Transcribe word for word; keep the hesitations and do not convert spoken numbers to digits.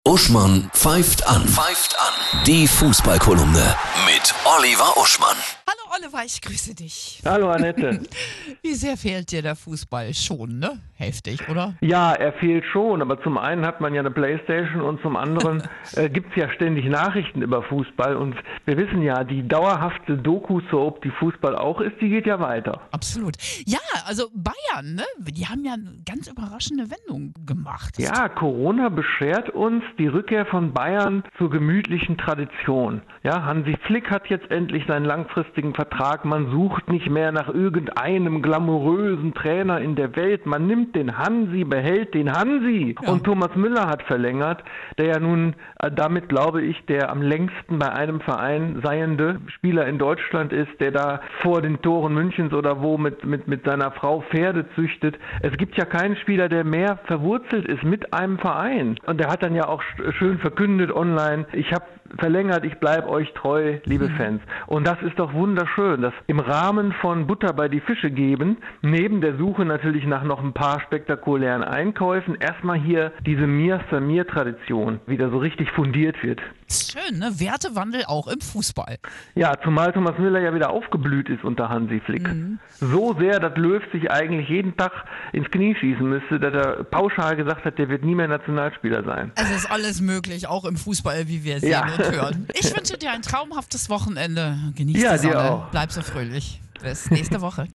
Uschmann pfeift an. Pfeift an. Die Fußballkolumne mit Oliver Uschmann. Hallo Oliver, ich grüße dich. Hallo Annette. Wie sehr fehlt dir der Fußball? Schon, ne? Heftig, oder? Ja, er fehlt schon, aber zum einen hat man ja eine Playstation und zum anderen äh, gibt es ja ständig Nachrichten über Fußball und wir wissen ja, die dauerhafte Doku-Soap, die Fußball auch ist, die geht ja weiter. Absolut. Ja, also Bayern, ne? Die haben ja eine ganz überraschende Wendung gemacht. Ja, Corona beschert uns die Rückkehr von Bayern zur gemütlichen Tradition. Ja, Hansi Flick hat jetzt endlich seinen langfristigen Vertrag. Man sucht nicht mehr nach irgendeinem glamourösen Trainer in der Welt. Man nimmt den Hansi, behält den Hansi. Ja. Und Thomas Müller hat verlängert, der ja nun äh, damit, glaube ich, der am längsten bei einem Verein seiende Spieler in Deutschland ist, der da vor den Toren Münchens oder wo mit, mit, mit seiner Frau Pferde züchtet. Es gibt ja keinen Spieler, der mehr verwurzelt ist mit einem Verein. Und der hat dann ja auch schön verkündet online, ich habe verlängert, ich bleibe euch treu, liebe Fans. Und das ist doch wunderschön, dass im Rahmen von Butter bei die Fische geben, neben der Suche natürlich nach noch ein paar spektakulären Einkäufen, erstmal hier diese Mir-Samir-Tradition wieder so richtig fundiert wird. Ist schön, ne? Wertewandel auch im Fußball. Ja, zumal Thomas Müller ja wieder aufgeblüht ist unter Hansi Flick. Mhm. So sehr, dass Löw sich eigentlich jeden Tag ins Knie schießen müsste, dass er pauschal gesagt hat, der wird nie mehr Nationalspieler sein. Es ist alles möglich, auch im Fußball, wie wir sehen Ja. und hören. Ich wünsche dir ein traumhaftes Wochenende. Genieß Ja, die dir Sonne. auch. Bleib so fröhlich. Bis nächste Woche.